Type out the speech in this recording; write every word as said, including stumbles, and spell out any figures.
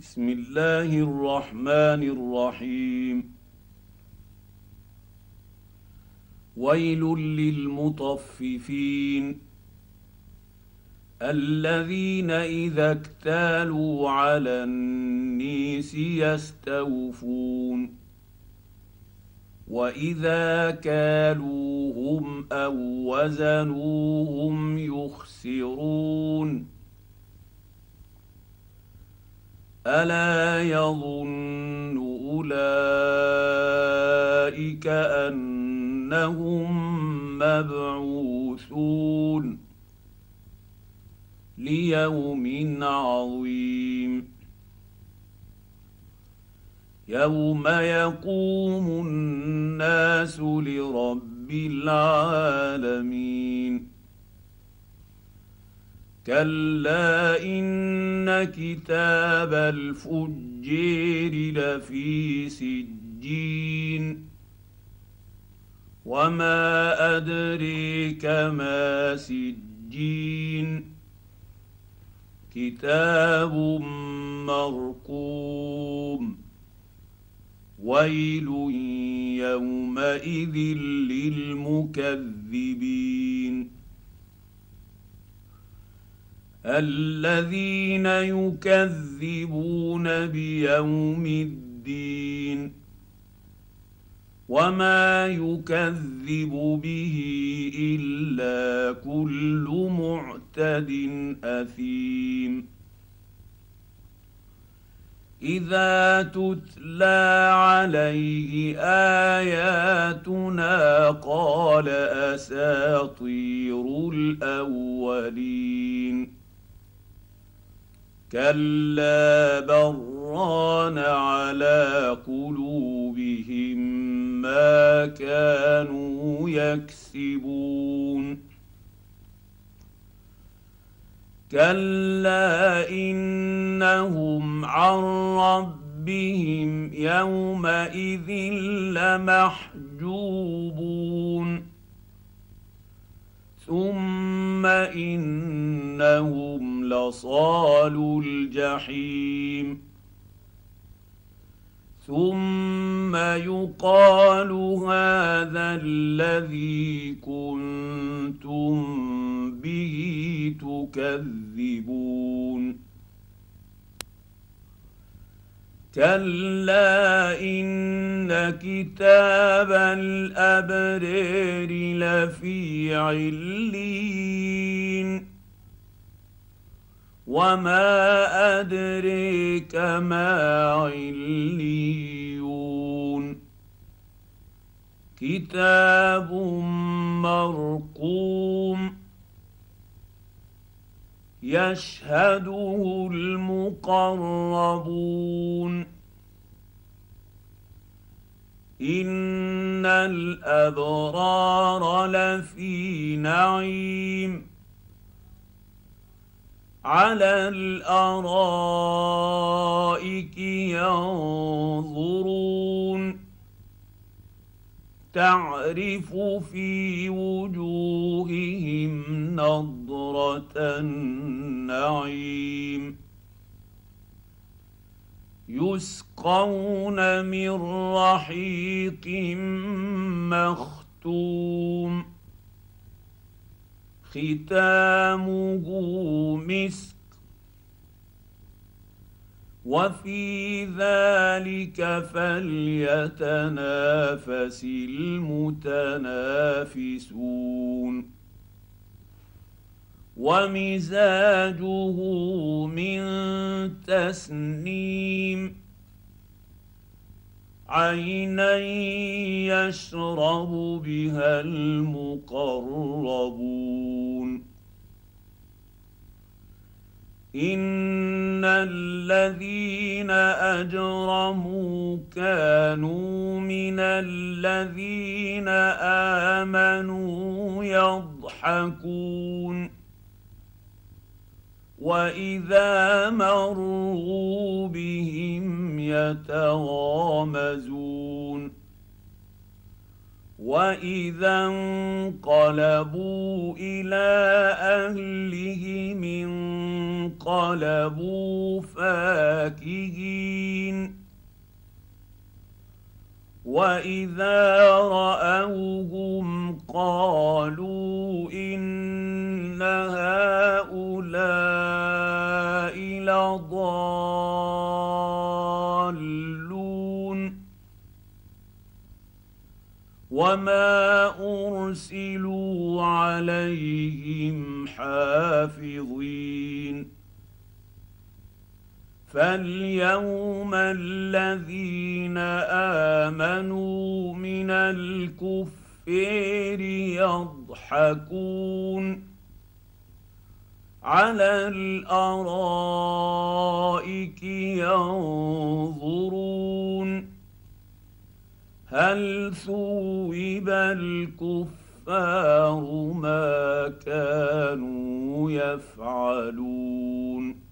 بسم الله الرحمن الرحيم. ويل للمطففين الذين اذا اكتالوا على النيس يستوفون واذا كالوهم او وزنوهم يخسرون الا يظن اولئك انهم مبعوثون ليوم عظيم يوم يقوم الناس لرب العالمين كلا ان كتاب الفجير لفي سجين وما ادريك ما سجين كتاب مرقوم ويل يومئذ للمكذبين الذين يكذبون بيوم الدين وما يكذب به الا كل معتد اثيم اذا تتلى عليه اياتنا قال اساطير الاولين كلا بران على قلوبهم ما كانوا يكسبون كلا انهم عن ربهم يومئذ لمحجوبون ثم انهم لصالو الجحيم ثم يقال هذا الذي كنتم به تكذبون كلا ان كتاب الابرار لفي علين وما ادريك ما عليون كتاب مرقوم يشهده المقربون ان الابرار لفي نعيم على الارائك ينظرون تعرف في وجوههم نضرة النعيم يسقون من رحيق مختوم ختامه مسك وفي ذلك فليتنافس المتنافسون ومزاجه من تسنيم عينا يشرب بها المقربون ان الذين اجرموا كانوا من الذين امنوا يضحكون واذا مروا بهم يتغامزون واذا انقلبوا الى اهلهم انقلبوا فاكهين واذا راوهم قالوا ان هؤلاء لضالون وما ارسلوا عليهم حافظين فاليوم الذين امنوا من الكفار يضحكون على الارائك ينظرون هل ثوب الكفار ما كانوا يفعلون